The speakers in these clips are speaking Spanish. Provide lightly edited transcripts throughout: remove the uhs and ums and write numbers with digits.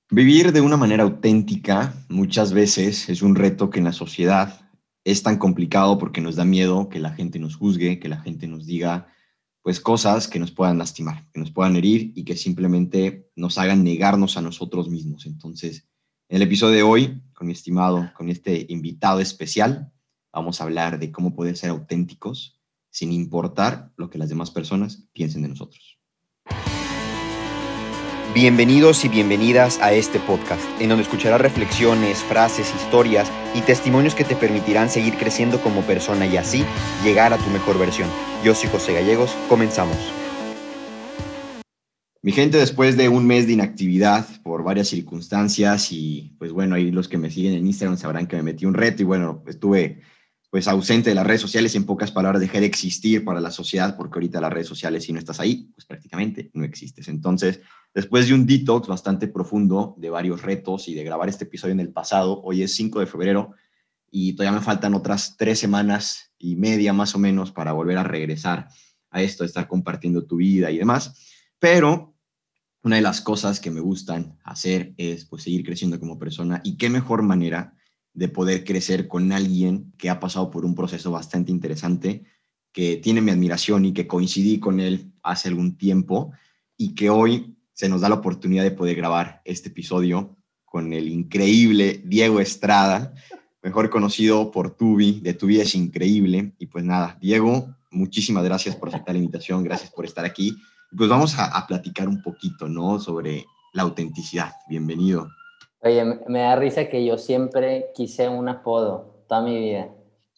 Vivir de una manera auténtica muchas veces es un reto que en la sociedad es tan complicado porque nos da miedo que la gente nos juzgue, que la gente nos diga pues cosas que nos puedan lastimar, que nos puedan herir y que simplemente nos hagan negarnos a nosotros mismos. Entonces, en el episodio de hoy, con mi estimado, con este invitado especial, vamos a hablar de cómo poder ser auténticos sin importar lo que las demás personas piensen de nosotros. Bienvenidos y bienvenidas a este podcast, en donde escucharás reflexiones, frases, historias y testimonios que te permitirán seguir creciendo como persona y así llegar a tu mejor versión. Yo soy José Gallegos, comenzamos. Mi gente, después de un mes de inactividad por varias circunstancias y pues bueno, ahí los que me siguen en Instagram sabrán que me metí un reto y bueno, estuve pues ausente de las redes sociales y en pocas palabras dejé de existir para la sociedad porque ahorita las redes sociales si no estás ahí, pues prácticamente no existes. Entonces, después de un detox bastante profundo de varios retos y de grabar este episodio en el pasado, hoy es 5 de febrero y todavía me faltan otras 3 semanas y media más o menos para volver a regresar a esto, de estar compartiendo tu vida y demás. Pero una de las cosas que me gustan hacer es pues seguir creciendo como persona y qué mejor manera de poder crecer con alguien que ha pasado por un proceso bastante interesante, que tiene mi admiración y que coincidí con él hace algún tiempo y que hoy se nos da la oportunidad de poder grabar este episodio con el increíble Diego Estrada, mejor conocido por Tubi, de Tu Vida es Increíble. Y pues nada, Diego, muchísimas gracias por aceptar la invitación, gracias por estar aquí. Pues vamos a platicar un poquito, ¿no? Sobre la autenticidad. Bienvenido. Oye, me da risa que yo siempre quise un apodo toda mi vida.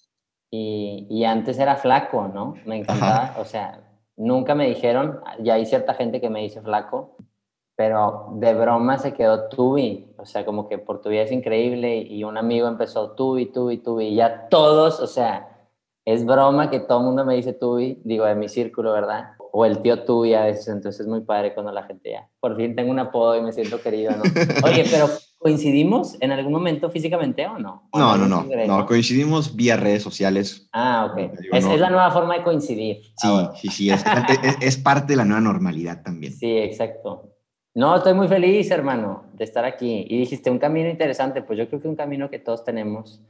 Y antes era flaco, ¿no? Me encantaba, Ajá. o sea, nunca me dijeron, ya hay cierta gente que me dice flaco, pero de broma se quedó Tubi, o sea, como que por tu vida es increíble y un amigo empezó Tubi, Tubi, Tubi, y ya todos, o sea, es broma que todo el mundo me dice Tubi, digo, de mi círculo, ¿verdad? O el tío Tubi a veces, entonces es muy padre cuando la gente ya, por fin tengo un apodo y me siento querido, ¿no? Oye, pero ¿coincidimos en algún momento físicamente o no? ¿O en No, no, algún no, no, congreso? coincidimos vía redes sociales. Ah, Como te ok. digo, Es no, la nueva forma de coincidir. Ah, sí, bueno. sí, sí, es parte de la nueva normalidad también. Sí, exacto. No, estoy muy feliz, hermano, de estar aquí. Y dijiste un camino interesante, pues yo creo que un camino que todos tenemos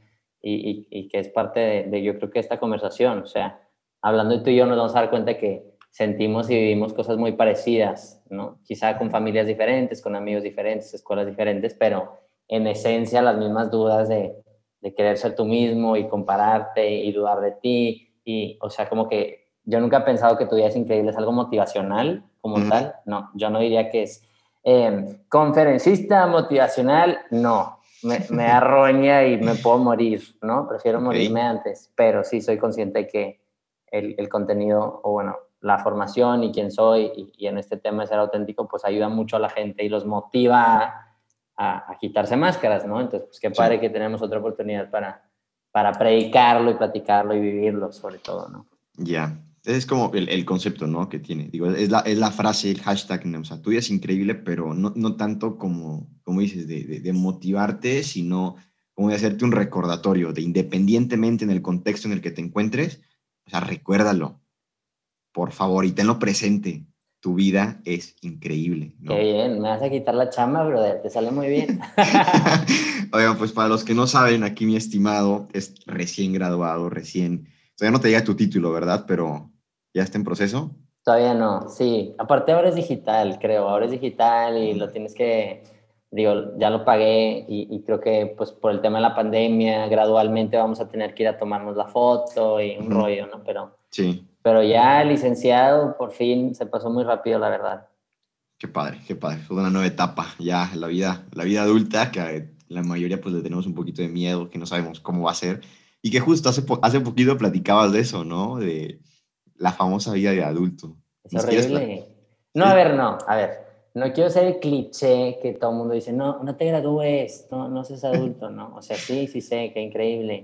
y que es parte yo creo que esta conversación. O sea, hablando de tú y yo nos vamos a dar cuenta que sentimos y vivimos cosas muy parecidas, ¿no? Quizá con familias diferentes, con amigos diferentes, escuelas diferentes, pero en esencia las mismas dudas de querer ser tú mismo y compararte y dudar de ti. Y, o sea, como que yo nunca he pensado que tu vida es increíble, es algo motivacional como Ujú. tal. No, yo no diría que es conferencista motivacional, no. Me arroña y me puedo morir, ¿no? Prefiero Ok, morirme antes, pero sí soy consciente que el contenido, o bueno, la formación y quién soy, y en este tema de ser auténtico, pues ayuda mucho a la gente y los motiva a quitarse máscaras, ¿no? Entonces, pues qué sí, padre que tenemos otra oportunidad para predicarlo y platicarlo y vivirlo, sobre todo, ¿no? ya. Es como el concepto, ¿no? Que tiene. Digo, es la frase, el hashtag, ¿no? O sea, tu vida es increíble, pero no tanto como dices, de motivarte, sino como de hacerte un recordatorio, de independientemente en el contexto en el que te encuentres, o sea, recuérdalo, por favor, y tenlo presente. Tu vida es increíble, Qué ¿no? bien, me vas a quitar la chamba, brother, te sale muy bien. Oigan, pues para los que no saben, aquí mi estimado es recién graduado, todavía no te llega tu título, ¿verdad? Pero ya está en proceso. Todavía no, sí. Aparte ahora es digital, creo. Ahora es digital y lo tienes que, digo, ya lo pagué y creo que pues por el tema de la pandemia gradualmente vamos a tener que ir a tomarnos la foto y un Ujú. rollo, ¿no? Sí, Pero ya licenciado, por fin se pasó muy rápido, la verdad. qué padre, qué padre. Es una nueva etapa, ya la vida adulta, que la mayoría pues le tenemos un poquito de miedo, que no sabemos cómo va a ser. Y que justo hace poquito platicabas de eso, ¿no? De la famosa vida de adulto. Es Ni siquiera está. horrible. No, a Sí. ver, no, a ver. No quiero ser el cliché que todo el mundo dice, no, no te gradúes, no seas adulto, ¿no? O sea, sí, sí sé, qué increíble.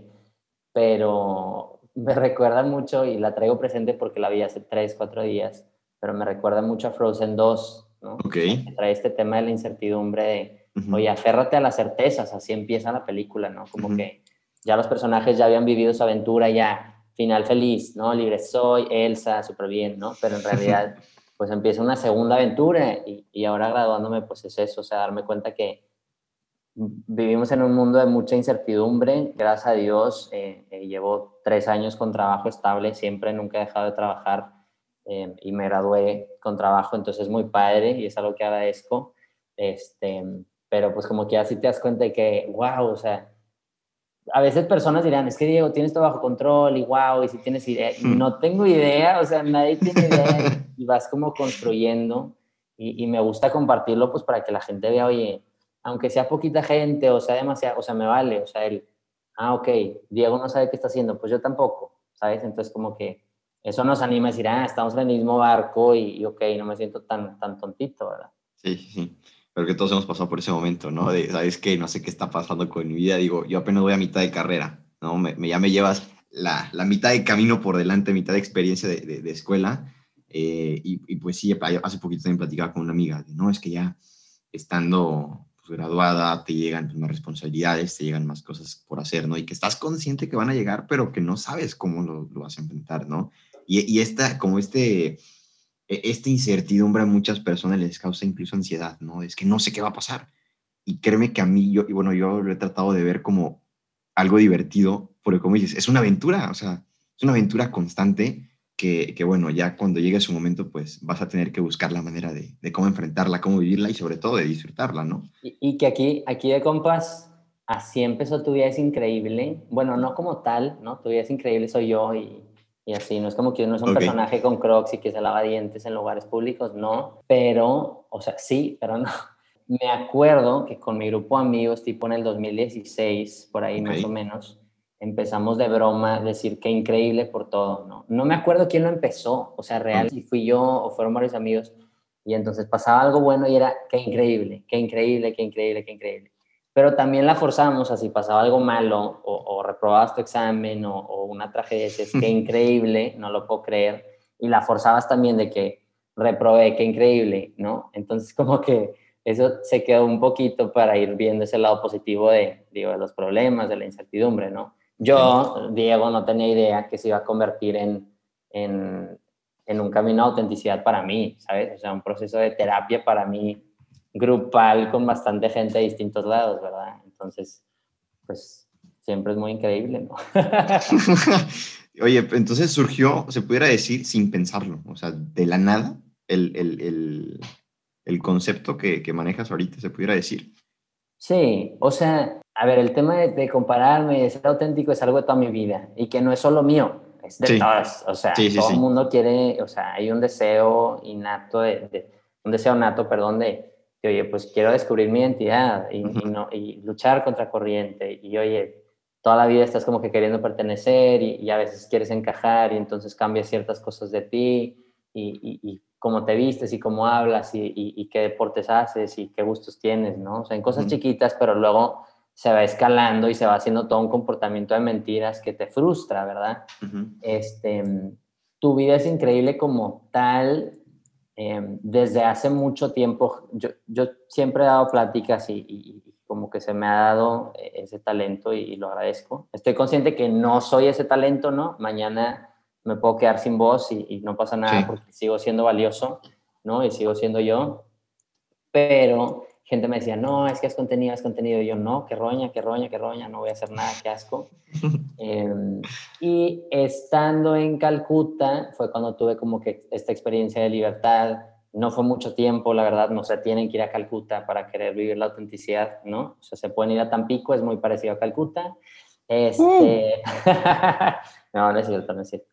Pero me recuerda mucho, y la traigo presente porque la vi hace 3, 4 días, pero me recuerda mucho a Frozen 2, ¿no? Ok. O sea, que trae este tema de la incertidumbre de, Ujú, oye, aférrate a las certezas, así empieza la película, ¿no? Como ujú. que ya los personajes ya habían vivido su aventura, ya, final feliz, ¿no? Libre soy, Elsa, súper bien, ¿no? Pero en realidad pues empieza una segunda aventura y ahora graduándome, pues es eso, o sea, darme cuenta que vivimos en un mundo de mucha incertidumbre. Gracias a Dios, llevo 3 años con trabajo estable, siempre, nunca he dejado de trabajar y me gradué con trabajo, entonces es muy padre y es algo que agradezco. Pero pues como que así te das cuenta de que, wow, o sea, a veces personas dirán, es que Diego, tienes todo bajo control y wow, y si tienes idea. No tengo idea, o sea, nadie tiene idea y vas como construyendo y me gusta compartirlo pues para que la gente vea, oye, aunque sea poquita gente o sea demasiado, o sea, me vale, o sea, ok, Diego no sabe qué está haciendo, pues yo tampoco, ¿sabes? Entonces como que eso nos anima a decir, estamos en el mismo barco y ok, no me siento tan tontito, ¿verdad? Sí, sí, sí. Pero que todos hemos pasado por ese momento, ¿no? De, ¿sabes qué? No sé qué está pasando con mi vida. Digo, yo apenas voy a mitad de carrera, ¿no? Ya me llevas la mitad de camino por delante, mitad de experiencia de escuela. Y pues sí, hace poquito también platicaba con una amiga, de, no, es que ya estando pues, graduada, te llegan pues, más responsabilidades, te llegan más cosas por hacer, ¿no? Y que estás consciente que van a llegar, pero que no sabes cómo lo vas a enfrentar, ¿no? Y esta incertidumbre a muchas personas les causa incluso ansiedad, ¿no? Es que no sé qué va a pasar. Y créeme que a mí, yo lo he tratado de ver como algo divertido, porque como dices, es una aventura, o sea, es una aventura constante bueno, ya cuando llegue su momento, pues vas a tener que buscar la manera de cómo enfrentarla, cómo vivirla y sobre todo de disfrutarla, ¿no? Y que aquí de compas, así empezó Tu Vida es Increíble. Bueno, no como tal, ¿no? Tu Vida es Increíble soy yo y así. No es como que uno es un Ok. personaje con Crocs y que se lava dientes en lugares públicos, no. Pero, o sea, sí, pero no. Me acuerdo que con mi grupo de amigos, tipo en el 2016, por ahí Ok. más o menos, empezamos de broma a decir qué increíble por todo, ¿no? No me acuerdo quién lo empezó, o sea, real, si fui yo o fueron varios amigos, y entonces pasaba algo bueno y era qué increíble, qué increíble, qué increíble, qué increíble. Pero también la forzamos, así pasaba algo malo o reprobabas tu examen o una tragedia, dices qué increíble, no lo puedo creer, y la forzabas también de que reprobé, qué increíble, ¿no? Entonces como que eso se quedó un poquito para ir viendo ese lado positivo digo, de los problemas, de la incertidumbre, ¿no? Ok. Yo, Diego, no tenía idea que se iba a convertir en, en un camino de autenticidad para mí, ¿sabes? O sea, un proceso de terapia para mí grupal con bastante gente de distintos lados, ¿verdad? Entonces, pues siempre es muy increíble, ¿no? Oye, entonces surgió, se pudiera decir, sin pensarlo, o sea, de la nada, el concepto que manejas ahorita, se pudiera decir. Sí, o sea, a ver, el tema de compararme y de ser auténtico es algo de toda mi vida y que no es solo mío, es de Sí, todas. O sea, sí, sí, todo el sí. mundo quiere, o sea, hay un deseo innato, un deseo nato, perdón, de, oye, pues quiero descubrir mi identidad Ujú. y luchar contra corriente. Y oye, toda la vida estás como que queriendo pertenecer y a veces quieres encajar y entonces cambias ciertas cosas de ti y cómo te vistes y cómo hablas y qué deportes haces y qué gustos tienes, ¿no? O sea, en cosas Ujú. chiquitas, pero luego se va escalando y se va haciendo todo un comportamiento de mentiras que te frustra, ¿verdad? Ujú. Este, Tu vida es increíble como tal. Desde hace mucho tiempo, yo siempre he dado pláticas y como que se me ha dado ese talento y lo agradezco. Estoy consciente que no soy ese talento, ¿no? Mañana me puedo quedar sin voz y no pasa nada Sí. porque sigo siendo valioso, ¿no? Y sigo siendo yo, pero gente me decía, no, es que has contenido, y yo, no, qué roña, qué roña, qué roña, no voy a hacer nada, qué asco. Eh, y estando en Calcuta fue cuando tuve como que esta experiencia de libertad. No fue mucho tiempo, la verdad, no se tienen que ir a Calcuta para querer vivir la autenticidad, ¿no? O sea, se pueden ir a Tampico, es muy parecido a Calcuta. Uh. Este... no, no es cierto, no es cierto.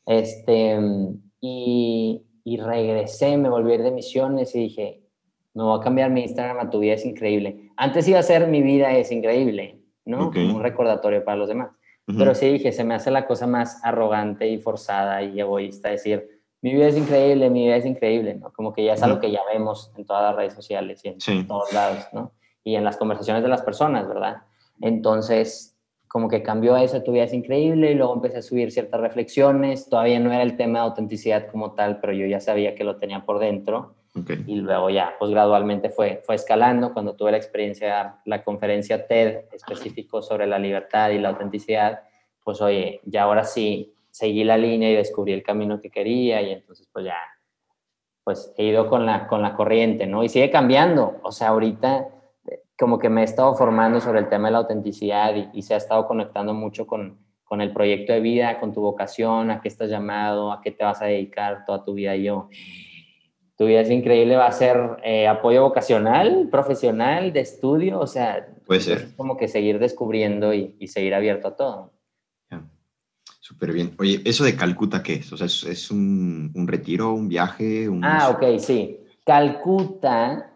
Y regresé, me volví a ir de misiones y dije, me voy a cambiar mi Instagram a Tu Vida es Increíble. Antes iba a ser Mi Vida es Increíble, ¿no? Ok. Como un recordatorio para los demás. Pero Ujú. sí dije, se me hace la cosa más arrogante y forzada y egoísta decir, mi vida es increíble, mi vida es increíble, ¿no? Como que ya es algo Ujú. que ya vemos en todas las redes sociales y en Sí. todos lados, ¿no? Y en las conversaciones de las personas, ¿verdad? Entonces, como que cambió eso, Tu Vida es Increíble, y luego empecé a subir ciertas reflexiones. Todavía no era el tema de autenticidad como tal, pero yo ya sabía que lo tenía por dentro. Ok. Y luego ya, pues gradualmente fue escalando. Cuando tuve la experiencia de dar la conferencia TED específico sobre la libertad y la autenticidad, pues oye, ya ahora sí seguí la línea y descubrí el camino que quería y entonces pues ya pues he ido con la corriente, ¿no? Y sigue cambiando. O sea, ahorita como que me he estado formando sobre el tema de la autenticidad y se ha estado conectando mucho con el proyecto de vida, con tu vocación, a qué estás llamado, a qué te vas a dedicar toda tu vida. Tu vida es increíble, va a ser apoyo vocacional, profesional, de estudio, o sea, Puede entonces ser. como que seguir descubriendo y seguir abierto a todo. Ya. Súper bien. Oye, ¿eso de Calcuta qué es? O sea, ¿es un retiro, un viaje, Ok, sí. Calcuta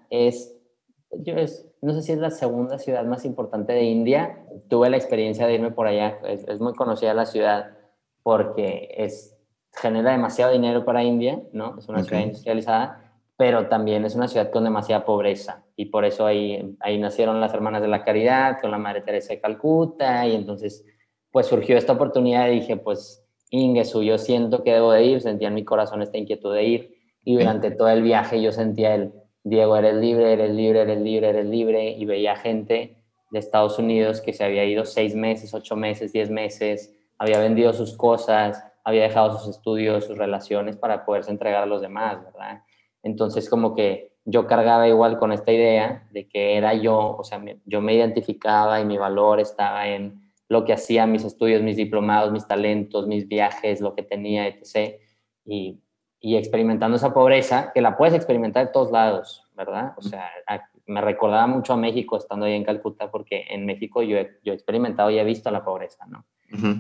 no sé si es la segunda ciudad más importante de India. Tuve la experiencia de irme por allá. Es muy conocida la ciudad porque genera demasiado dinero para India, ¿no? Es una Ok. ciudad industrializada, pero también es una ciudad con demasiada pobreza. Y por eso ahí nacieron las Hermanas de la Caridad con la Madre Teresa de Calcuta. Y entonces, pues surgió esta oportunidad y dije, pues, Ingesu, yo siento que debo de ir, sentía en mi corazón esta inquietud de ir. Y durante todo el viaje yo sentía Diego, eres libre, eres libre, eres libre, eres libre, y veía gente de Estados Unidos que se había ido 6 meses, 8 meses, 10 meses, había vendido sus cosas, había dejado sus estudios, sus relaciones para poderse entregar a los demás, ¿verdad? Entonces como que yo cargaba igual con esta idea de que era yo, o sea, yo me identificaba y mi valor estaba en lo que hacía, mis estudios, mis diplomados, mis talentos, mis viajes, lo que tenía, etc. Y y experimentando esa pobreza, que la puedes experimentar de todos lados, ¿verdad? O sea, me recordaba mucho a México estando ahí en Calcuta, porque en México yo he experimentado y he visto la pobreza, ¿no? Uh-huh.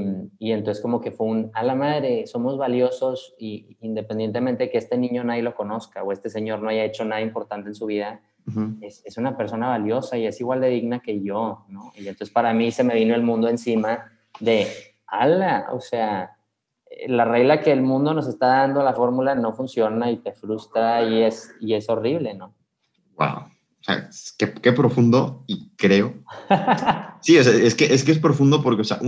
Y entonces como que fue a la madre, somos valiosos y independientemente de que este niño nadie lo conozca o este señor no haya hecho nada importante en su vida, Uh-huh. es una persona valiosa y es igual de digna que yo, ¿no? Y entonces para mí se me vino el mundo encima de, ala, o sea, la regla que el mundo nos está dando, la fórmula no funciona y te frustra y es horrible, ¿no? Wow. O sea, qué profundo y creo. Sí, o sea, es profundo porque, o sea,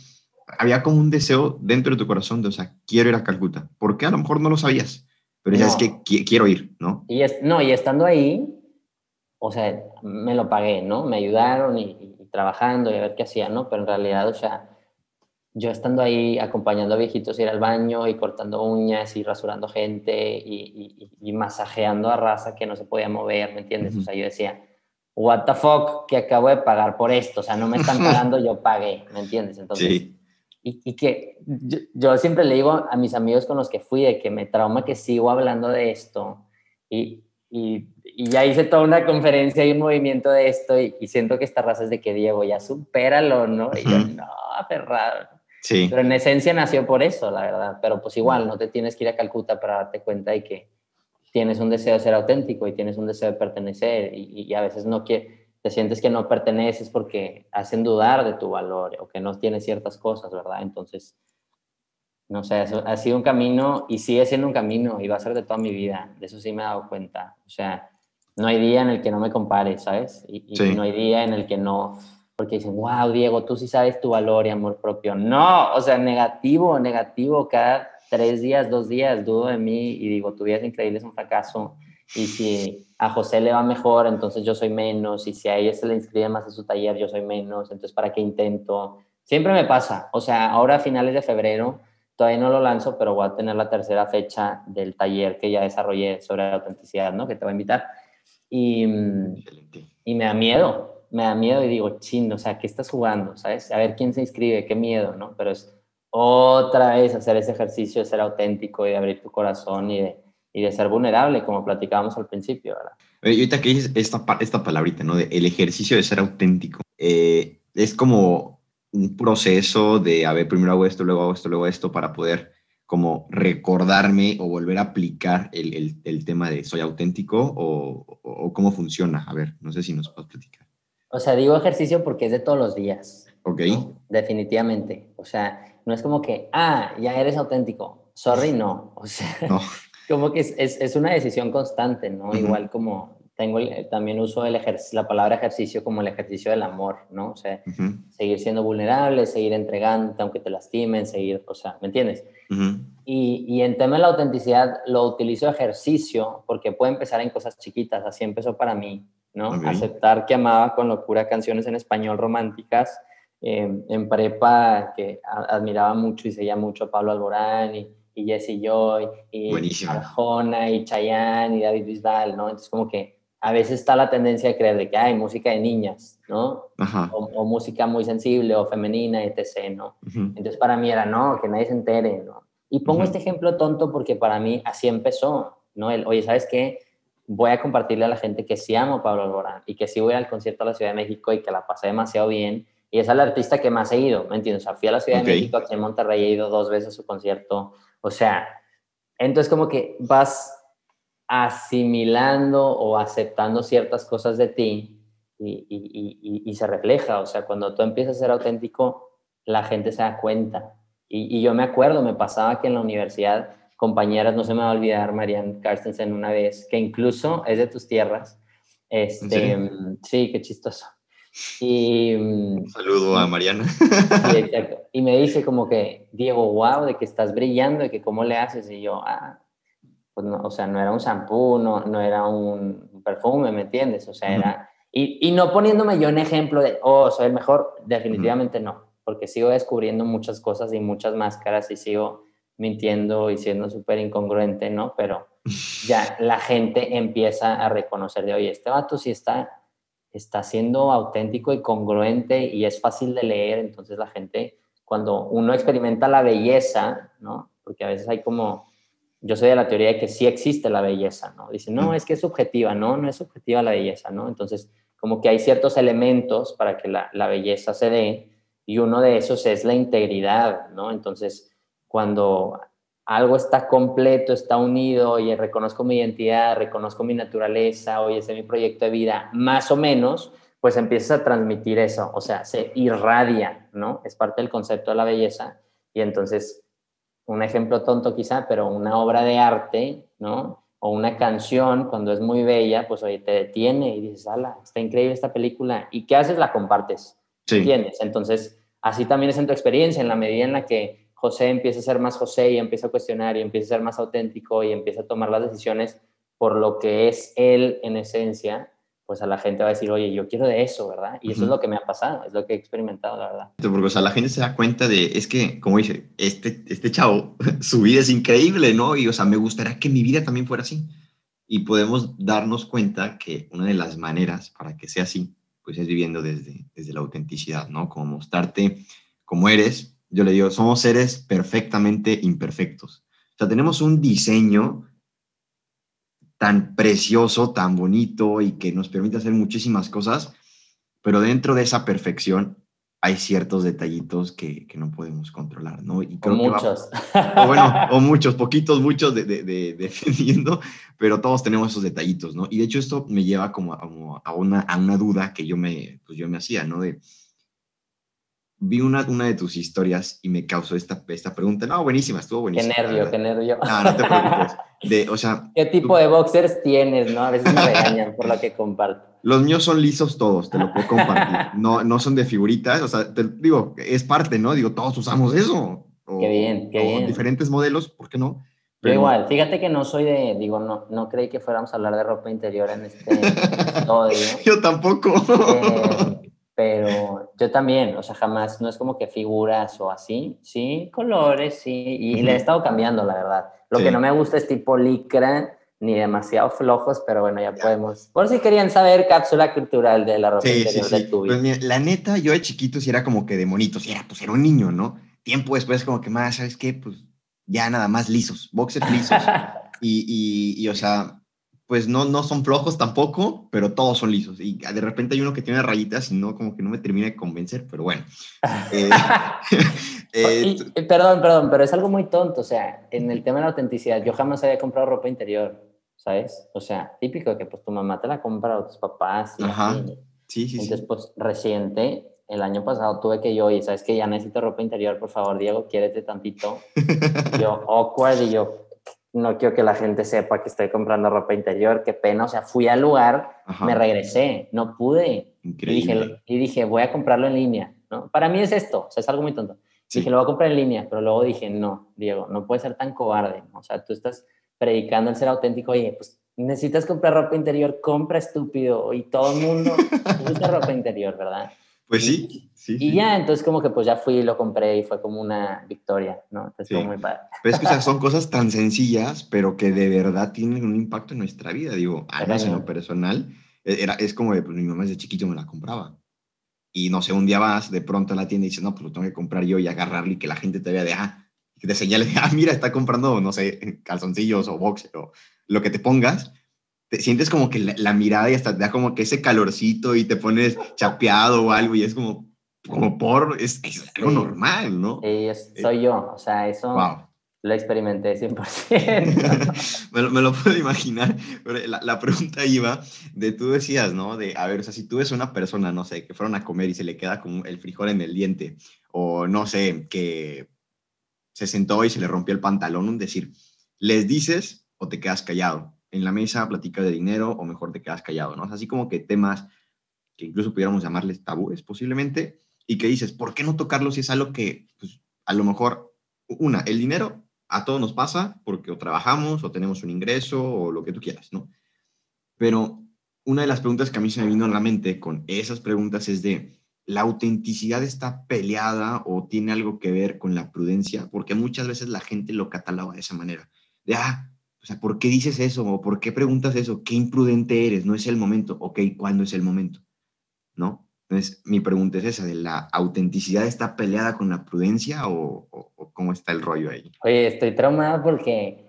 había como un deseo dentro de tu corazón de, o sea, quiero ir a Calcuta. ¿Por qué? A lo mejor no lo sabías, pero ya es que No, quiero ir, ¿no? no, y estando ahí, o sea, me lo pagué, ¿no? Me ayudaron y trabajando y a ver qué hacía, ¿no? Pero en realidad, o sea, yo estando ahí acompañando a viejitos a ir al baño y cortando uñas y rasurando gente y masajeando a raza que no se podía mover, ¿me entiendes? O Uh-huh. sea, yo decía, what the fuck, que acabo de pagar por esto, o sea, no me están pagando, yo pagué, ¿me entiendes? Entonces, Sí. y que yo siempre le digo a mis amigos con los que fui de que me trauma que sigo hablando de esto y ya hice toda una conferencia y un movimiento de esto y siento que esta raza es de que Diego, ya supéralo, ¿no? Y yo, Uh-huh. no, aferrado. Sí. Pero en esencia nació por eso, la verdad. Pero pues igual, no te tienes que ir a Calcuta para darte cuenta de que tienes un deseo de ser auténtico y tienes un deseo de pertenecer y a veces te sientes que no perteneces porque hacen dudar de tu valor o que no tienes ciertas cosas, ¿verdad? Entonces, no sé, eso ha sido un camino y sigue siendo un camino y va a ser de toda mi vida. De eso sí me he dado cuenta. O sea, no hay día en el que no me compare, ¿sabes? Y no Sí. hay día en el que no, porque dicen, wow, Diego, tú sí sabes tu valor y amor propio. No, o sea, negativo, negativo. Cada 3 días, 2 días dudo de mí y digo, tu vida es increíble, es un fracaso. Y si a José le va mejor, entonces yo soy menos. Y si a ella se le inscribe más a su taller, yo soy menos. Entonces, ¿para qué intento? Siempre me pasa. O sea, ahora a finales de febrero todavía no lo lanzo, pero voy a tener la tercera fecha del taller que ya desarrollé sobre autenticidad, ¿no? Que te voy a invitar. Y, Excelente. y me da miedo y digo, chin, o sea, ¿qué estás jugando? ¿Sabes? A ver quién se inscribe, qué miedo, ¿no? Pero es otra vez hacer ese ejercicio de ser auténtico y de abrir tu corazón y de ser vulnerable, como platicábamos al principio, ¿verdad? Oye, y ahorita que dices esta palabrita, ¿no? De el ejercicio de ser auténtico. Es como un proceso de, a ver, primero hago esto, luego hago esto, luego esto, para poder como recordarme o volver a aplicar el tema de soy auténtico o cómo funciona. A ver, no sé si nos puedes platicar. O sea, digo ejercicio porque es de todos los días, Ok. ¿no? Definitivamente. O sea, no es como que, ya eres auténtico. Sorry, no. O sea, No. como que es una decisión constante, ¿no? Uh-huh. Igual como también uso la palabra ejercicio como el ejercicio del amor, ¿no? O sea, Uh-huh. seguir siendo vulnerable, seguir entregándote aunque te lastimen, seguir, o sea, ¿me entiendes? Uh-huh. Y en tema de la autenticidad lo utilizo ejercicio porque puede empezar en cosas chiquitas, así empezó para mí, ¿no? Ok. Aceptar que amaba con locura canciones en español románticas, en prepa que admiraba mucho y seguía mucho a Pablo Alborán y Jesse Joy, y Buenísimo. Arjona, y Chayanne, y David Bisbal, ¿no? Entonces como que a veces está la tendencia de creer de que hay música de niñas, ¿no? Ajá. O música muy sensible o femenina, etc., ¿no? Uh-huh. Entonces para mí era, no, que nadie se entere, ¿no? Y pongo este ejemplo tonto porque para mí así empezó, ¿no? Oye, ¿sabes qué? Voy a compartirle a la gente que sí amo a Pablo Alborán y que sí voy al concierto a la Ciudad de México y que la pasé demasiado bien. Y es el artista que más he ido, ¿me entiendes? O sea, fui a la Ciudad de México, aquí en Monterrey he ido 2 veces a su concierto. O sea, entonces como que vas asimilando o aceptando ciertas cosas de ti y se refleja. O sea, cuando tú empiezas a ser auténtico, la gente se da cuenta. Y yo me acuerdo, me pasaba que en la universidad, compañeras, no se me va a olvidar, Marianne Carstensen una vez, que incluso es de tus tierras. Sí, qué chistoso. Un saludo a Mariana. Sí, exacto. Y me dice como que, Diego, wow, de que estás brillando, de que cómo le haces. Y yo, pues no, o sea, no era un shampoo, no era un perfume, ¿me entiendes? O sea, era... Y no poniéndome yo en ejemplo de, soy el mejor, definitivamente no, porque sigo descubriendo muchas cosas y muchas máscaras y sigo mintiendo y siendo súper incongruente, ¿no? Pero ya la gente empieza a reconocer de, oye, este vato sí está siendo auténtico y congruente y es fácil de leer, entonces la gente, cuando uno experimenta la belleza, ¿no? Porque a veces hay como... Yo soy de la teoría de que sí existe la belleza, ¿no? Dicen, no, es que es subjetiva, no es subjetiva la belleza, ¿no? Entonces, como que hay ciertos elementos para que la belleza se dé y uno de esos es la integridad, ¿no? Entonces, cuando algo está completo, está unido, y reconozco mi identidad, reconozco mi naturaleza, oye, ese es mi proyecto de vida, más o menos, pues empiezas a transmitir eso, o sea, se irradia, ¿no? Es parte del concepto de la belleza y entonces un ejemplo tonto quizá, pero una obra de arte, ¿no? O una canción, cuando es muy bella, pues oye, te detiene y dices, ala, está increíble esta película. ¿Y qué haces? La compartes, Sí. ¿entiendes? Entonces, así también es en tu experiencia, en la medida en la que José empieza a ser más José y empieza a cuestionar y empieza a ser más auténtico y empieza a tomar las decisiones por lo que es él en esencia, pues a la gente va a decir, oye, yo quiero de eso, ¿verdad? Y eso es lo que me ha pasado, es lo que he experimentado, la verdad. Porque, o sea, la gente se da cuenta de, es que, como dice, este chavo, su vida es increíble, ¿no? Y, o sea, me gustaría que mi vida también fuera así. Y podemos darnos cuenta que una de las maneras para que sea así, pues es viviendo desde la autenticidad, ¿no? Como mostrarte como eres. Yo le digo, somos seres perfectamente imperfectos. O sea, tenemos un diseño tan precioso, tan bonito y que nos permite hacer muchísimas cosas, pero dentro de esa perfección hay ciertos detallitos que no podemos controlar, ¿no? Y creo muchos. O muchos, poquitos, muchos defendiendo, pero todos tenemos esos detallitos, ¿no? Y de hecho esto me lleva como a una duda que yo me hacía, ¿no? Vi una de tus historias y me causó esta pregunta. No, buenísima, estuvo buenísima. Qué nervio. No te preocupes. O sea, ¿qué tipo de boxers tienes, no? A veces me regañan por lo que comparto. Los míos son lisos todos, te lo puedo compartir. No son de figuritas, o sea, te digo, es parte, ¿no? Digo, todos usamos eso. Qué bien. Diferentes modelos, ¿por qué no? Pero... Yo igual, fíjate que no soy no creí que fuéramos a hablar de ropa interior en este episodio. Yo tampoco. Pero yo también, o sea, jamás, no es como que figuras o así, sí, colores, sí, y le he estado cambiando, la verdad. Lo que no me gusta es tipo licra, ni demasiado flojos, pero bueno, ya podemos. Por si querían saber, cápsula cultural de la ropa interior del Tubi. Pues mira, la neta, yo de chiquito sí era como que de monitos, pues era un niño, ¿no? Tiempo después como que más, ¿sabes qué? Pues ya nada más lisos, boxers lisos. y o sea, pues no son flojos tampoco, pero todos son lisos. Y de repente hay uno que tiene rayitas y no, como que no me termina de convencer, pero bueno. Perdón, pero es algo muy tonto, o sea, en el tema de la autenticidad, yo jamás había comprado ropa interior, ¿sabes? O sea, típico que pues tu mamá te la compra o tus papás y así. Sí. Entonces, pues reciente, el año pasado tuve que yo, y sabes que ya necesito ropa interior, por favor, Diego, quiérete tantito. Y yo, awkward, y yo, no quiero que la gente sepa que estoy comprando ropa interior, qué pena, o sea, fui al lugar, me regresé, no pude. Increíble. Y dije, voy a comprarlo en línea, ¿no? Para mí es esto, o sea, es algo muy tonto. Sí. Dije, lo voy a comprar en línea, pero luego dije, no, Diego, no puedes ser tan cobarde, ¿no? O sea, tú estás predicando el ser auténtico, oye, pues necesitas comprar ropa interior, compra, estúpido, y todo el mundo usa ropa interior, ¿verdad? Pues sí, sí, Y sí. ya, entonces como que pues ya fui y lo compré y fue como una victoria, ¿no? Entonces Sí. fue muy padre. Pero es que, o sea, son cosas tan sencillas, pero que de verdad tienen un impacto en nuestra vida. Digo, al Está menos en lo cañón. personal, es como de, pues mi mamá desde chiquito me la compraba. Y no sé, un día vas de pronto a la tienda y dices, no, pues lo tengo que comprar yo y agarrarlo y que la gente te vea de, que te señale de, mira, está comprando, no sé, calzoncillos o boxer o lo que te pongas. Te sientes como que la mirada y hasta te da como que ese calorcito y te pones chapeado o algo y es es algo Sí, normal, ¿no? sí, soy yo, o sea, eso Wow. lo experimenté 100%. Me lo puedo imaginar, pero la pregunta iba de, tú decías, ¿no? De, a ver, o sea, si tú ves una persona, no sé, que fueron a comer y se le queda como el frijol en el diente, o no sé, que se sentó y se le rompió el pantalón, un decir, ¿les dices o te quedas callado? En la mesa platicas de dinero o mejor te quedas callado, ¿no? O sea, así como que temas que incluso pudiéramos llamarles tabúes posiblemente, y que dices, ¿por qué no tocarlo si es algo que, pues, a lo mejor, el dinero a todos nos pasa porque o trabajamos o tenemos un ingreso o lo que tú quieras, ¿no? Pero una de las preguntas que a mí se me vino a la mente con esas preguntas es de, ¿la autenticidad está peleada o tiene algo que ver con la prudencia? Porque muchas veces la gente lo cataloga de esa manera. De, o sea, ¿por qué dices eso? ¿O por qué preguntas eso? ¿Qué imprudente eres? No es el momento. Ok, ¿cuándo es el momento? ¿No? Entonces, mi pregunta es esa, ¿de la autenticidad está peleada con la prudencia o cómo está el rollo ahí? Oye, estoy traumado porque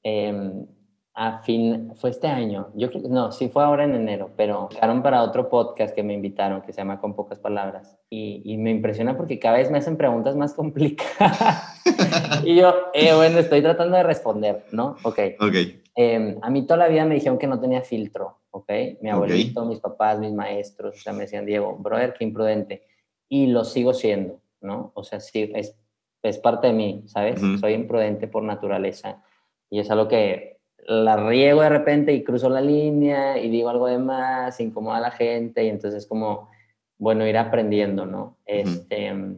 fue este año, yo creo, no, sí fue ahora en enero, pero quedaron para otro podcast que me invitaron que se llama Con Pocas Palabras y me impresiona porque cada vez me hacen preguntas más complicadas y yo, bueno, estoy tratando de responder, ¿no? Ok. Ok, A mí toda la vida me dijeron que no tenía filtro, ¿ok? Mi ok. abuelito, mis papás, mis maestros, o sea, me decían, Diego, brother, qué imprudente. Y lo sigo siendo, ¿no? O sea, sí, es parte de mí, ¿sabes? Ujú, Soy imprudente por naturaleza. Y es algo que la riego de repente y cruzo la línea y digo algo de más, incomoda a la gente y entonces es como, bueno, ir aprendiendo, ¿no? ujú.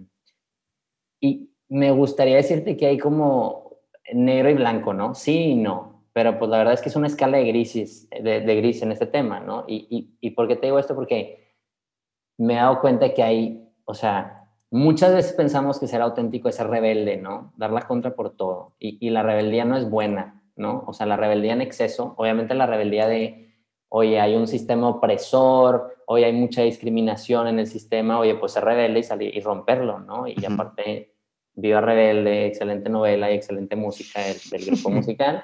Y me gustaría decirte que hay como negro y blanco, ¿no? Sí y no, pero pues la verdad es que es una escala de grises, de gris en este tema, ¿no? ¿Y por qué te digo esto? Porque me he dado cuenta que hay, o sea, muchas veces pensamos que ser auténtico es ser rebelde, ¿no? Dar la contra por todo. Y la rebeldía no es buena, ¿no? O sea, la rebeldía en exceso, obviamente la rebeldía de, oye, hay un sistema opresor, oye, hay mucha discriminación en el sistema, oye, pues ser rebelde y salir y romperlo, ¿no? Y Ujú. aparte, Viva Rebelde, excelente novela y excelente música del grupo musical,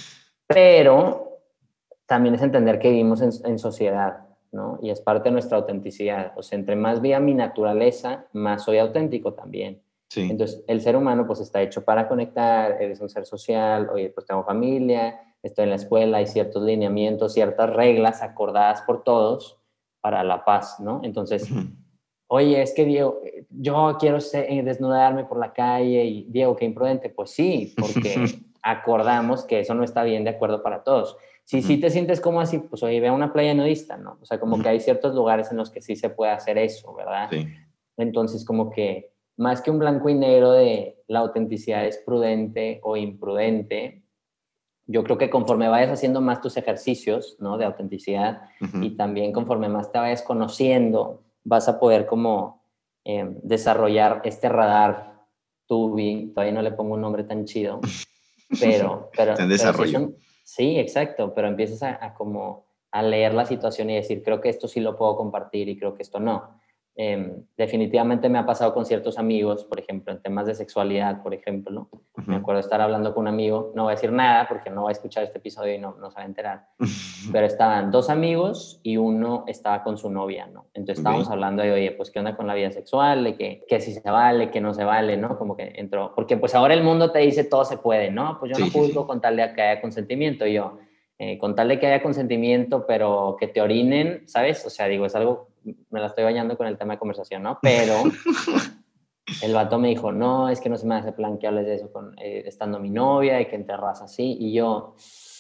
pero también es entender que vivimos en sociedad, ¿no? Y es parte de nuestra autenticidad. O sea, entre más viva mi naturaleza, más soy auténtico también. Sí. Entonces, el ser humano pues está hecho para conectar, eres un ser social, oye, pues tengo familia, estoy en la escuela, hay ciertos lineamientos, ciertas reglas acordadas por todos para la paz, ¿no? Entonces, Ujú. oye, es que Diego, yo quiero desnudarme por la calle y Diego, qué imprudente. Pues sí, porque acordamos que eso no está bien de acuerdo para todos. Si Ujú, sí te sientes como así, pues oye, ve a una playa nudista, ¿no? O sea, como que ujú. hay ciertos lugares en los que sí se puede hacer eso, ¿verdad? Sí. Entonces, como que más que un blanco y negro de la autenticidad es prudente o imprudente, yo creo que conforme vayas haciendo más tus ejercicios, ¿no? De autenticidad Ujú. y también conforme más te vayas conociendo, vas a poder como desarrollar este radar tubi, todavía no le pongo un nombre tan chido, pero, Está pero, en pero sí es desarrollo. un, sí, exacto, pero empiezas a como a leer la situación y decir, creo que esto sí lo puedo compartir y creo que esto no. Definitivamente me ha pasado con ciertos amigos, por ejemplo, en temas de sexualidad, por ejemplo, ¿no? Me Ujú. acuerdo estar hablando con un amigo, no voy a decir nada porque no va a escuchar este episodio y no se va a enterar, pero estaban dos amigos y uno estaba con su novia, ¿no? Entonces estábamos Ok. hablando de, oye, pues, ¿qué onda con la vida sexual? De que si se vale, que no se vale, ¿no? Como que entró, porque pues ahora el mundo te dice todo se puede, ¿no? Pues yo no Sí, sí, juzgo sí. con tal de que haya consentimiento, y yo, con tal de que haya consentimiento, pero que te orinen, ¿sabes? O sea, digo, es algo, me la estoy bañando con el tema de conversación, ¿no? Pero el vato me dijo, no, es que no se me hace plan que hables de eso con, estando mi novia y que enterras así, y yo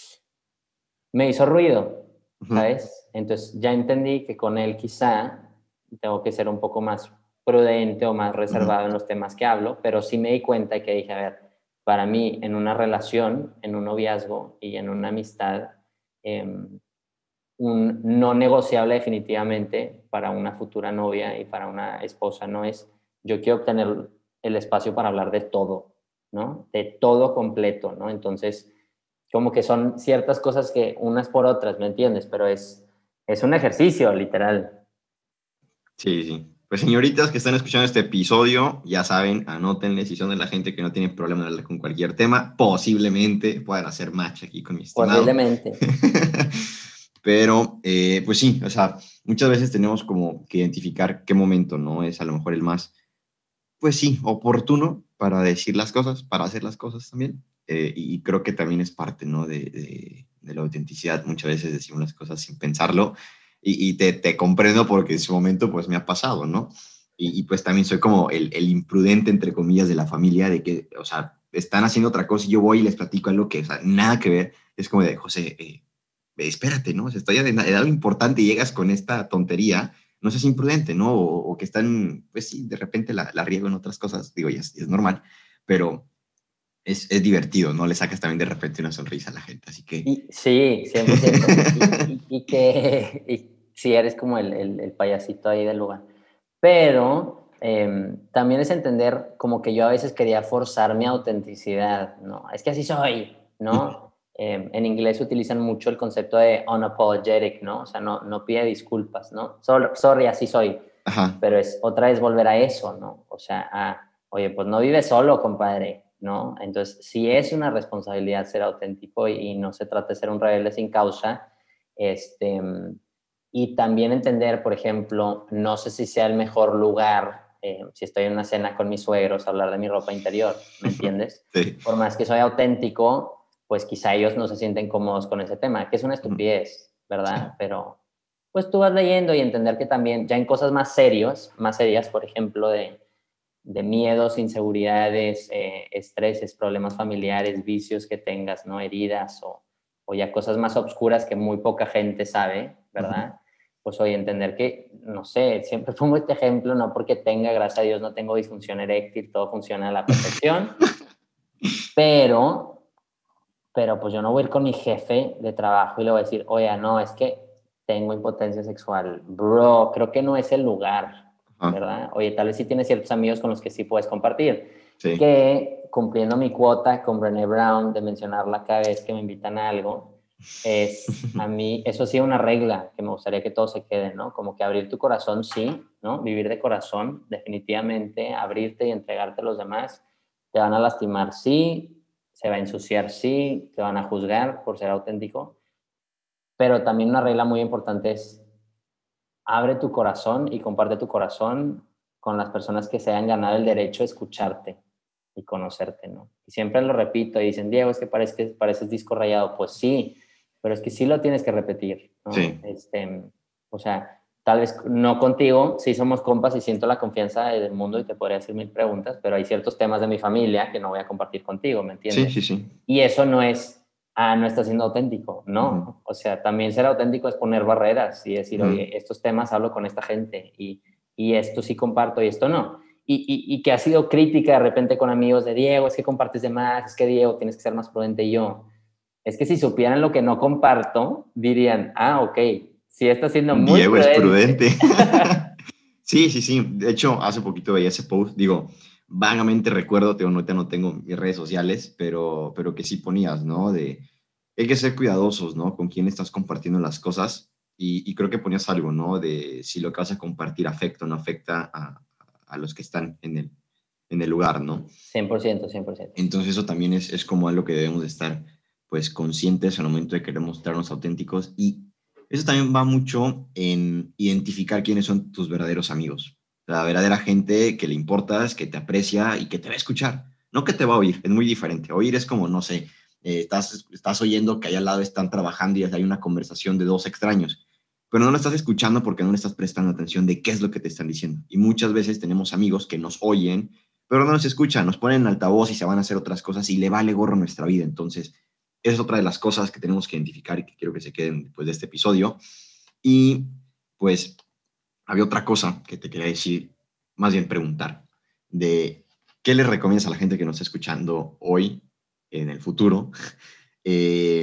me hizo ruido, Ujú, ¿sabes? Entonces ya entendí que con él quizá tengo que ser un poco más prudente o más ujú. reservado en los temas que hablo, pero sí me di cuenta que dije, a ver, para mí en una relación, en un noviazgo y en una amistad, eh, un no negociable definitivamente para una futura novia y para una esposa, no es yo quiero obtener el espacio para hablar de todo, ¿no? De todo completo, ¿no? Entonces, como que son ciertas cosas que unas por otras, ¿me entiendes? Pero es un ejercicio, literal. Sí, sí. Pues señoritas que están escuchando este episodio, ya saben, anótenle si son de la gente que no tiene problema de hablar con cualquier tema, posiblemente puedan hacer match aquí con mi estimado. Posiblemente. Pero, pues sí, o sea, muchas veces tenemos como que identificar qué momento, ¿no? Es a lo mejor el más, pues sí, oportuno para decir las cosas, para hacer las cosas también. Y creo que también es parte, ¿no? De la autenticidad. Muchas veces decimos las cosas sin pensarlo y te comprendo porque en su momento pues me ha pasado, ¿no? Pues también soy como el imprudente, entre comillas, de la familia, de que, o sea, están haciendo otra cosa y yo voy y les platico algo que, o sea, nada que ver. Es como de, José, espérate, ¿no? O sea, estoy en algo importante y llegas con esta tontería, no seas imprudente, ¿no? O que están, pues sí, de repente la riego en otras cosas, digo, ya es normal, pero es divertido, ¿no? Le sacas también de repente una sonrisa a la gente, así que... Y, sí, 100%. Y que y sí, eres como el payasito ahí del lugar. Pero también es entender como que yo a veces quería forzar mi autenticidad, ¿no? Es que así soy, ¿no? En inglés utilizan mucho el concepto de unapologetic, ¿no? O sea, no pide disculpas, ¿no? Sorry, así soy. Ajá, Pero es otra vez volver a eso, ¿no? O sea, oye, pues no vives solo, compadre, ¿no? Entonces, sí es una responsabilidad ser auténtico y no se trata de ser un rebelde sin causa. Este, y también entender, por ejemplo, no sé si sea el mejor lugar, si estoy en una cena con mis suegros, hablar de mi ropa interior, ¿me entiendes? sí. Por más que soy auténtico, pues quizá ellos no se sienten cómodos con ese tema, que es una estupidez, Sí. ¿verdad? Pero pues tú vas leyendo y entender que también, ya en cosas más serias, por ejemplo, de miedos, inseguridades, estreses, problemas familiares, vicios que tengas, ¿no? Heridas o ya cosas más obscuras que muy poca gente sabe, Ujú. ¿verdad? Pues hoy entender que, no sé, siempre pongo este ejemplo, no porque tenga, gracias a Dios, no tengo disfunción eréctil, todo funciona a la perfección, pero, pero pues yo no voy a ir con mi jefe de trabajo y le voy a decir, oye, no, es que tengo impotencia sexual. Bro, creo que no es el lugar, Ajá, ¿verdad? Oye, tal vez sí tienes ciertos amigos con los que sí puedes compartir. sí. Que cumpliendo mi cuota con Brené Brown de mencionarla cada vez que me invitan a algo, es a mí, eso sí, una regla que me gustaría que todos se queden, ¿no? Como que abrir tu corazón, sí, ¿no? Vivir de corazón, definitivamente, abrirte y entregarte a los demás. Te van a lastimar, sí, se va a ensuciar, sí, te van a juzgar por ser auténtico, pero también una regla muy importante es abre tu corazón y comparte tu corazón con las personas que se hayan ganado el derecho a escucharte y conocerte, ¿no? Y siempre lo repito y dicen, Diego, es que pareces disco rayado. Pues sí, pero es que sí lo tienes que repetir, ¿no? Sí, O sea, tal vez no contigo, sí somos compas y siento la confianza del mundo y te podría hacer mil preguntas, pero hay ciertos temas de mi familia que no voy a compartir contigo, ¿me sí, sí, entiendes? sí. Y eso no es no estás siendo auténtico. Ujú, No, o sea, también ser auténtico es poner barreras y decir, ujú. oye, estos temas hablo con esta gente y esto sí comparto y esto no. Y que ha sido crítica de repente con amigos de Diego, es que compartes de más, es que Diego, tienes que ser más prudente. Y yo, es que si supieran lo que no comparto, dirían, ok, sí está siendo muy Diego es prudente. prudente. Sí, sí, sí. De hecho, hace poquito veía ese post. Digo, vagamente recuerdo, ahorita no tengo mis redes sociales, pero que sí ponías, ¿no? Hay que ser cuidadosos, ¿no? Con quién estás compartiendo las cosas. Y creo que ponías algo, ¿no? De si lo que vas a compartir afecta o no afecta a los que están en el lugar, ¿no? 100%, 100%. Entonces eso también es como algo que debemos de estar pues conscientes al momento de querer mostrarnos auténticos y eso también va mucho en identificar quiénes son tus verdaderos amigos, la verdadera gente que le importas, que te aprecia y que te va a escuchar, no que te va a oír, es muy diferente. Oír es como, no sé, estás oyendo que allá al lado están trabajando y hay una conversación de dos extraños, pero no lo estás escuchando porque no le estás prestando atención de qué es lo que te están diciendo. Y muchas veces tenemos amigos que nos oyen pero no nos escuchan, nos ponen en altavoz y se van a hacer otras cosas y le vale gorro nuestra vida. Entonces, esa es otra de las cosas que tenemos que identificar y que quiero que se queden después de este episodio. Y pues había otra cosa que te quería decir, más bien preguntar, de qué le recomiendas a la gente que nos está escuchando hoy, en el futuro,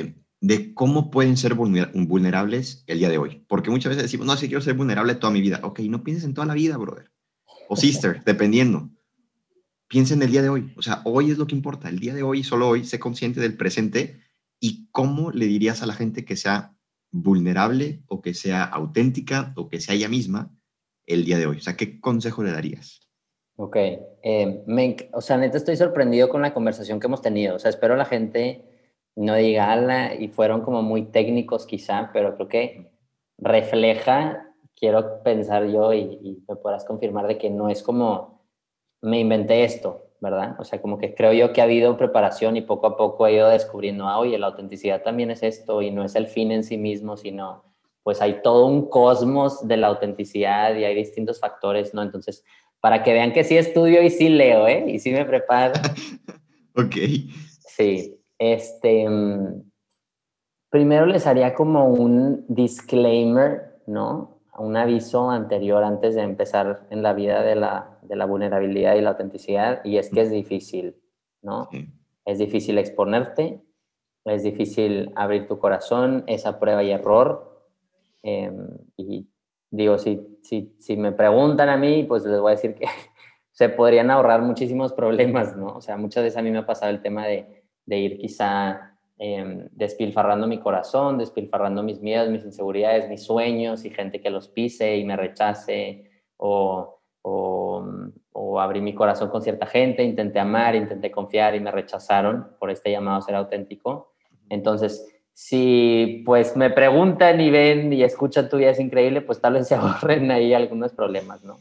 de cómo pueden ser vulnerables el día de hoy. Porque muchas veces decimos, no, sí quiero ser vulnerable toda mi vida. Ok, no pienses en toda la vida, brother. O sister, dependiendo. Piensa en el día de hoy. O sea, hoy es lo que importa. El día de hoy, solo hoy, sé consciente del presente. ¿Y cómo le dirías a la gente que sea vulnerable o que sea auténtica o que sea ella misma el día de hoy? O sea, ¿qué consejo le darías? Ok, o sea, neta estoy sorprendido con la conversación que hemos tenido. O sea, espero la gente no diga ala y fueron como muy técnicos quizá, pero creo que refleja, quiero pensar yo y me podrás confirmar de que no es como me inventé esto, ¿verdad? O sea, como que creo yo que ha habido preparación y poco a poco he ido descubriendo, oye, la autenticidad también es esto y no es el fin en sí mismo, sino pues hay todo un cosmos de la autenticidad y hay distintos factores, ¿no? Entonces, para que vean que sí estudio y sí leo, ¿eh? Y sí me preparo. Ok. Sí, primero les haría como un disclaimer, ¿no? Un aviso anterior antes de empezar en la vida de la vulnerabilidad y la autenticidad, y es que es difícil, ¿no? Sí. Es difícil exponerte, es difícil abrir tu corazón, esa prueba y error. Y digo, si me preguntan a mí, pues les voy a decir que se podrían ahorrar muchísimos problemas, ¿no? O sea, muchas veces a mí me ha pasado el tema de ir quizá despilfarrando mi corazón, despilfarrando mis miedos, mis inseguridades, mis sueños y gente que los pise y me rechace o abrí mi corazón con cierta gente, intenté amar, intenté confiar y me rechazaron por este llamado a ser auténtico. Entonces, si pues me preguntan y ven y escuchan tu vida es increíble, pues tal vez se ahorren ahí algunos problemas, ¿no?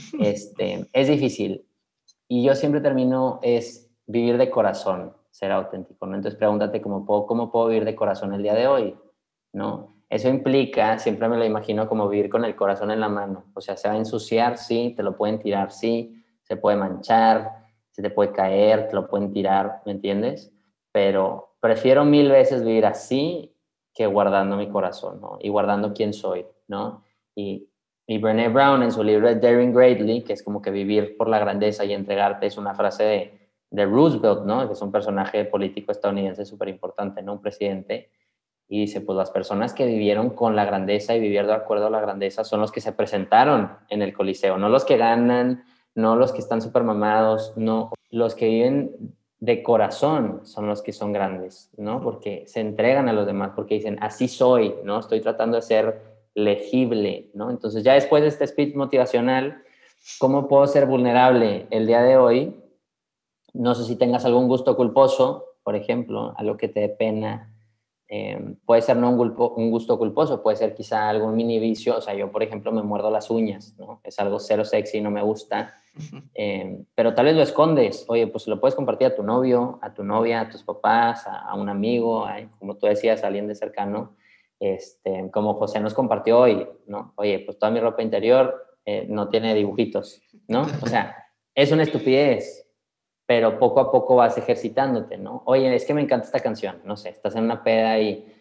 Es difícil. Y yo siempre termino es vivir de corazón, ser auténtico, ¿no? Entonces pregúntate cómo puedo vivir de corazón el día de hoy, ¿no? Eso implica, siempre me lo imagino como vivir con el corazón en la mano. O sea, se va a ensuciar, sí, te lo pueden tirar, sí, se puede manchar, se te puede caer, te lo pueden tirar, ¿me entiendes? Pero prefiero mil veces vivir así que guardando mi corazón, ¿no? Y guardando quién soy, ¿no? Y y Brené Brown en su libro Daring Greatly, que es como que vivir por la grandeza y entregarte, es una frase de Roosevelt, ¿no? Que es un personaje político estadounidense súper importante, ¿no? Un presidente. Y dice, pues las personas que vivieron con la grandeza y vivieron de acuerdo a la grandeza son los que se presentaron en el Coliseo, no los que ganan, no los que están súper mamados, no, los que viven de corazón son los que son grandes, ¿no? Porque se entregan a los demás, porque dicen, así soy, ¿no? Estoy tratando de ser legible, ¿no? Entonces ya después de este speech motivacional, ¿cómo puedo ser vulnerable el día de hoy? No sé si tengas algún gusto culposo, por ejemplo, algo que te dé pena. Puede ser no un gusto culposo, puede ser quizá algún mini vicio. O sea, yo, por ejemplo, me muerdo las uñas, ¿no? Es algo cero sexy, no me gusta. Pero tal vez lo escondes. Oye, pues lo puedes compartir a tu novio, a tu novia, a tus papás, a un amigo, como tú decías, a alguien de cercano. Como José nos compartió hoy, ¿no? Oye, pues toda mi ropa interior no tiene dibujitos, ¿no? O sea, es una estupidez, pero poco a poco vas ejercitándote, ¿no? Oye, es que me encanta esta canción, no sé, estás en una peda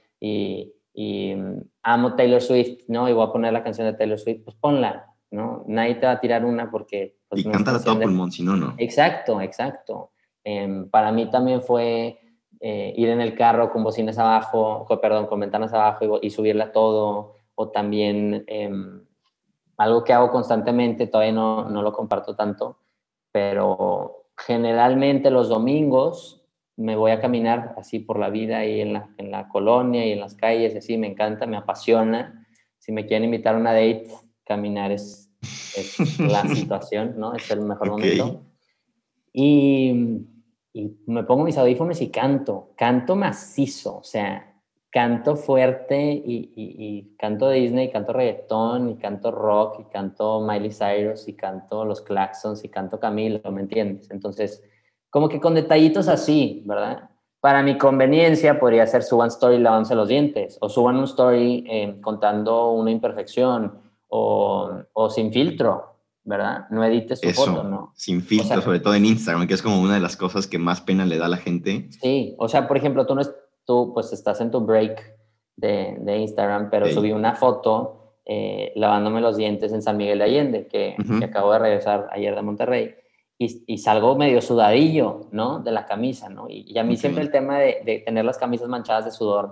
y amo Taylor Swift, ¿no? Y voy a poner la canción de Taylor Swift, pues ponla, ¿no? Nadie te va a tirar una porque pues, Y no es cántala a todo canción de... pulmón, si no, no. Exacto, exacto. Para mí también fue ir en el carro con bocinas abajo, perdón, con ventanas abajo y subirla a todo, o también algo que hago constantemente, todavía no lo comparto tanto, pero generalmente los domingos me voy a caminar así por la vida y en la colonia y en las calles, así me encanta, me apasiona. Si me quieren invitar a una date, caminar es la situación, ¿no? Es el mejor Ok. momento. Y, y me pongo mis audífonos y canto macizo, o sea, canto fuerte y canto Disney, y canto reggaetón, y canto rock, y canto Miley Cyrus, y canto Los Claxons, y canto Camilo, ¿me entiendes? Entonces, como que con detallitos así, ¿verdad? Para mi conveniencia podría ser suban story lavándose los dientes, o suban un story contando una imperfección, o sin filtro, ¿verdad? No edites tu foto, Eso, ¿no? sin O filtro, sea, sobre todo en Instagram, que es como una de las cosas que más pena le da a la gente. sí, o sea, por ejemplo, tú pues estás en tu break de Instagram, pero subí Ey. una foto lavándome los dientes en San Miguel de Allende, que Ujú. acabo de regresar ayer de Monterrey, y salgo medio sudadillo, ¿no? De la camisa, ¿no? Y a mí Ok. siempre el tema de tener las camisas manchadas de sudor,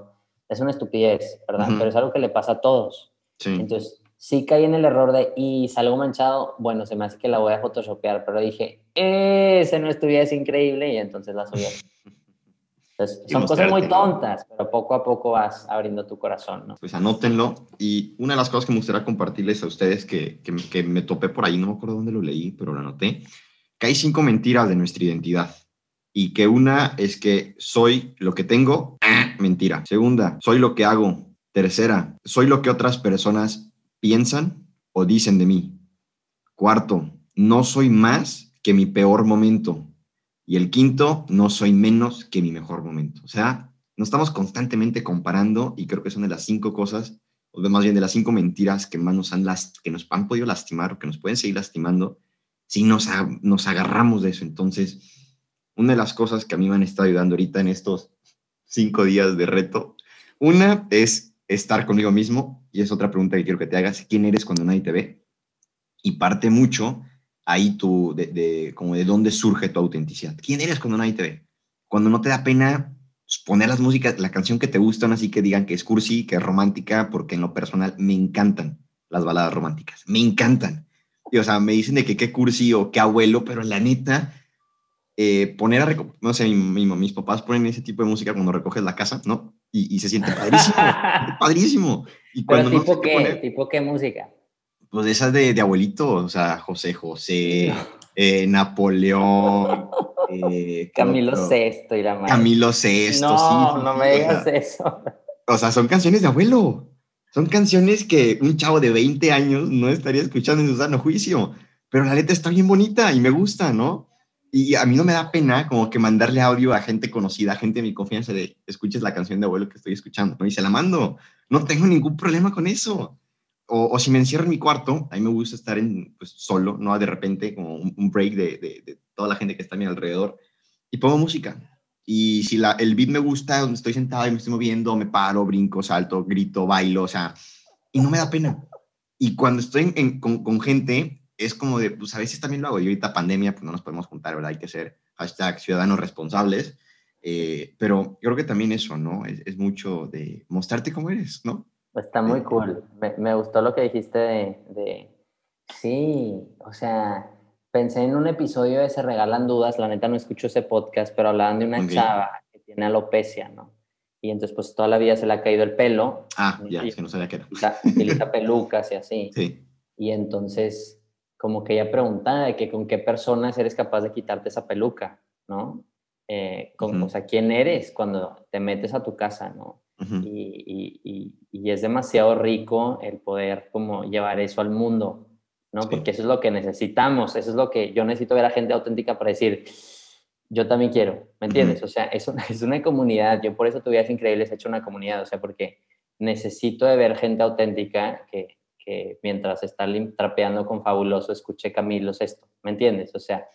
es una estupidez, ¿verdad? Ujú. Pero es algo que le pasa a todos. Sí. Entonces, sí caí en el error de, y salgo manchado, bueno, se me hace que la voy a photoshopear, pero dije, ese no es increíble, y entonces la subí así. Entonces, Y son cosas muy mostrarte, ¿no? tontas, pero poco a poco vas abriendo tu corazón, ¿no? Pues anótenlo. Y una de las cosas que me gustaría compartirles a ustedes, que me topé por ahí, no me acuerdo dónde lo leí, pero lo anoté, que hay 5 mentiras de nuestra identidad. Y que una es que soy lo que tengo, mentira. Segunda, soy lo que hago. Tercera, soy lo que otras personas piensan o dicen de mí. Cuarto, no soy más que mi peor momento. Y el quinto, no soy menos que mi mejor momento. O sea, nos estamos constantemente comparando y creo que son de las 5 cosas, o más bien de las 5 mentiras que más que nos han podido lastimar o que nos pueden seguir lastimando si nos agarramos de eso. Entonces, una de las cosas que a mí me han estado ayudando ahorita en estos 5 días de reto, una es estar conmigo mismo y es otra pregunta que quiero que te hagas, ¿quién eres cuando nadie te ve? Y parte mucho ahí como de dónde surge tu autenticidad. ¿Quién eres cuando nadie te ve? Cuando no te da pena poner las músicas, la canción que te gustan, así que digan que es cursi, que es romántica, porque en lo personal me encantan las baladas románticas, me encantan. Y, o sea, me dicen de que qué cursi o qué abuelo, pero la neta, no sé, mis papás ponen ese tipo de música cuando recoges la casa, ¿no? Y se siente padrísimo, padrísimo. Y Pero cuando no sé qué poner, ¿tipo qué música? pues esas de abuelito, o sea, José José, Napoleón, ¿qué Camilo otro? Sesto y la madre. Camilo Sesto, sí, No, sí, no sí, me digas eso. o sea, son canciones de abuelo, son canciones que un chavo de 20 años no estaría escuchando en su sano juicio, pero la letra está bien bonita y me gusta, ¿no? Y a mí no me da pena como que mandarle audio a gente conocida, a gente de mi confianza de, escuches la canción de abuelo que estoy escuchando, ¿no? Y se la mando, no tengo ningún problema con eso. O si me encierro en mi cuarto, a mí me gusta estar pues, solo, ¿no? De repente, como un break de toda la gente que está a mi alrededor, y pongo música. Y si el beat me gusta, donde estoy sentado y me estoy moviendo, me paro, brinco, salto, grito, bailo, o sea, y no me da pena. Y cuando estoy con gente, es como de, pues a veces también lo hago. Y ahorita pandemia, pues no nos podemos juntar, ¿verdad? Hay que ser #ciudadanos responsables. Pero yo creo que también eso, ¿no? Es mucho de mostrarte cómo eres, ¿no? Está muy cool. Me gustó lo que dijiste Sí, o sea, pensé en un episodio de Se Regalan Dudas, la neta no escucho ese podcast, pero hablaban de una Ok. chava que tiene alopecia, ¿no? Y entonces pues toda la vida se le ha caído el pelo, Ah, ¿no? ya, Y es que no sabía qué era. utiliza pelucas y así. Sí. Y entonces como que ella pregunta de que con qué personas eres capaz de quitarte esa peluca, ¿no? O sea, ¿quién eres cuando te metes a tu casa, ¿no? Uh-huh. Y es demasiado rico el poder como llevar eso al mundo, ¿no? Sí. Porque eso es lo que necesitamos, eso es lo que yo necesito ver a gente auténtica para decir, yo también quiero, ¿me entiendes? Uh-huh. O sea, es una comunidad, yo por eso Tu Vida Increíbles he hecho una comunidad, o sea, porque necesito de ver gente auténtica que mientras está trapeando con Fabuloso escuche Camilo Sesto, ¿me entiendes? O sea,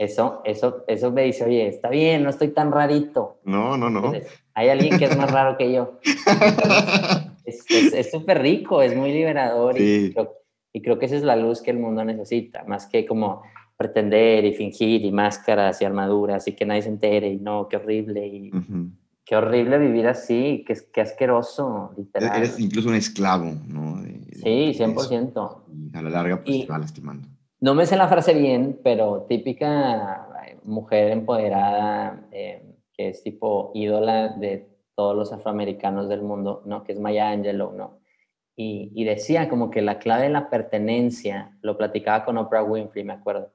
eso me dice, oye, está bien, no estoy tan rarito, No, no, no. ¿entiendes? Hay alguien que es más raro que yo. Entonces, es súper rico, es muy liberador Sí. y creo que esa es la luz que el mundo necesita, más que como pretender y fingir y máscaras y armaduras y que nadie se entere y no, qué horrible y Uh-huh. qué horrible vivir así, qué asqueroso, Eres literal. incluso un esclavo, ¿no? Sí, De eso. 100%. Y a la larga, pues te va Y lastimando. no me sé la frase bien, pero típica mujer empoderada, que es tipo ídola de todos los afroamericanos del mundo, ¿no? Que es Maya Angelou, ¿no? Y decía como que la clave de la pertenencia, lo platicaba con Oprah Winfrey, me acuerdo,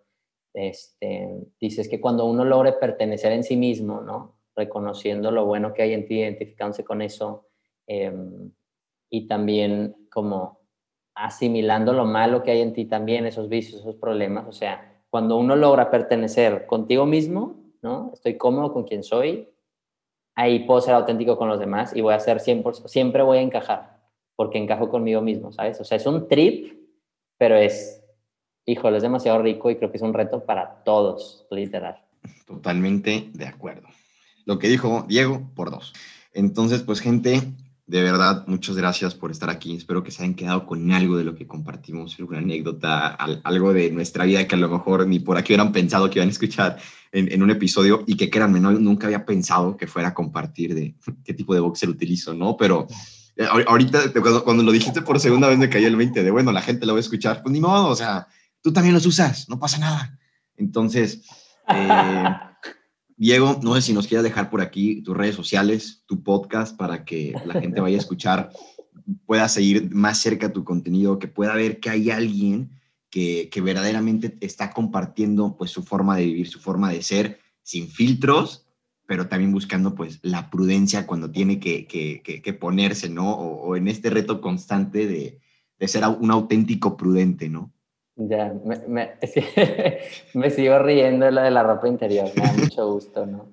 dices que cuando uno logre pertenecer en sí mismo, ¿no? Reconociendo lo bueno que hay en ti, identificándose con eso, eh, y también como asimilando lo malo que hay en ti también, esos vicios, esos problemas, o sea, cuando uno logra pertenecer contigo mismo, ¿no? Estoy cómodo con quien soy, ahí puedo ser auténtico con los demás y voy a ser 100%, siempre voy a encajar, porque encajo conmigo mismo, ¿sabes? O sea, es un trip, pero híjole, es demasiado rico y creo que es un reto para todos, literal. Totalmente de acuerdo. Lo que dijo Diego, por 2. Entonces, pues gente, De verdad, muchas gracias por estar aquí. Espero que se hayan quedado con algo de lo que compartimos, alguna anécdota, algo de nuestra vida que a lo mejor ni por aquí hubieran pensado que iban a escuchar en un episodio, y que créanme, nunca había pensado que fuera a compartir de qué tipo de boxer utilizo, ¿no? Pero ahorita, cuando lo dijiste por segunda vez, me cayó el 20 de, bueno, la gente lo va a escuchar. Pues ni modo, o sea, tú también los usas, no pasa nada. Entonces, Diego, no sé si nos quieras dejar por aquí tus redes sociales, tu podcast, para que la gente vaya a escuchar, pueda seguir más cerca tu contenido, que pueda ver que hay alguien que verdaderamente está compartiendo pues su forma de vivir, su forma de ser, sin filtros, pero también buscando pues la prudencia cuando tiene que ponerse, ¿no? O en este reto constante de ser un auténtico prudente, ¿no? Ya, es que me sigo riendo de lo de la ropa interior, me da mucho gusto, ¿no?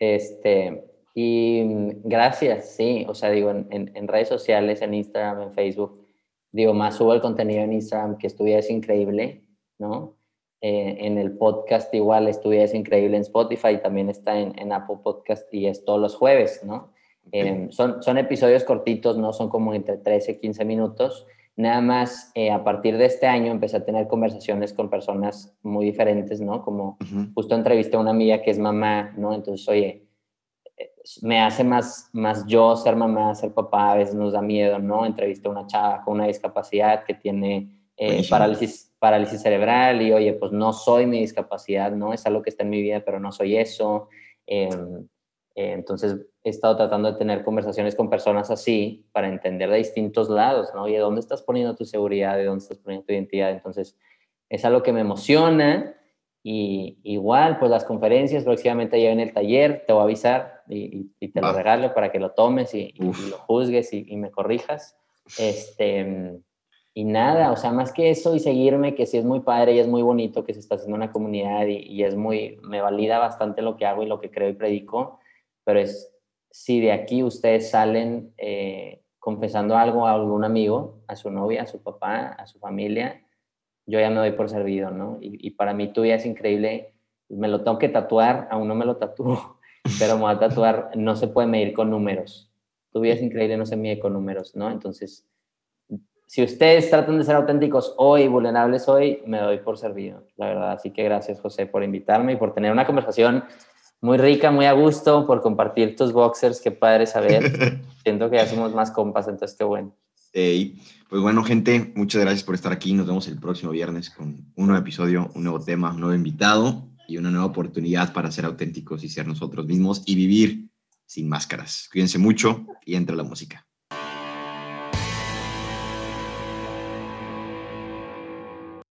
Y gracias, sí, o sea, digo, en redes sociales, en Instagram, en Facebook, digo, más subo el contenido en Instagram, que es increíble, ¿no? En el podcast igual, es increíble en Spotify, también está en Apple Podcast y es todos los jueves, ¿no? Okay. Son episodios cortitos, ¿no? Son como entre 13 y 15 minutos. Nada más, a partir de este año empecé a tener conversaciones con personas muy diferentes, ¿no? Como justo entrevisté a una amiga que es mamá, ¿no? Entonces, oye, me hace más yo ser mamá, ser papá, a veces nos da miedo, ¿no? Entrevisté a una chava con una discapacidad que tiene parálisis cerebral y, oye, pues no soy mi discapacidad, ¿no? Es algo que está en mi vida, pero no soy eso. Entonces, he estado tratando de tener conversaciones con personas así para entender de distintos lados, ¿no? Oye, ¿dónde estás poniendo tu seguridad? ¿De dónde estás poniendo tu identidad? Entonces, es algo que me emociona. Y igual, pues las conferencias próximamente ya en el taller, te voy a avisar y te lo regalo para que lo tomes y lo juzgues y me corrijas. Y nada, o sea, más que eso y seguirme, que sí es muy padre y es muy bonito que se está haciendo una comunidad y me valida bastante lo que hago y lo que creo y predico, pero es si de aquí ustedes salen confesando algo a algún amigo, a su novia, a su papá, a su familia, yo ya me doy por servido, ¿no? Y para mí tu vida es increíble, me lo tengo que tatuar, aún no me lo tatúo, pero me voy a tatuar, no se puede medir con números. Tu vida es increíble, no se mide con números, ¿no? Entonces, si ustedes tratan de ser auténticos hoy, vulnerables hoy, me doy por servido, la verdad. Así que gracias, José, por invitarme y por tener una conversación muy rica, muy a gusto, por compartir tus boxers, qué padre saber. Siento que ya somos más compas, entonces qué bueno. Pues bueno, gente, muchas gracias por estar aquí. Nos vemos el próximo viernes con un nuevo episodio, un nuevo tema, un nuevo invitado y una nueva oportunidad para ser auténticos y ser nosotros mismos y vivir sin máscaras. Cuídense mucho y entra la música.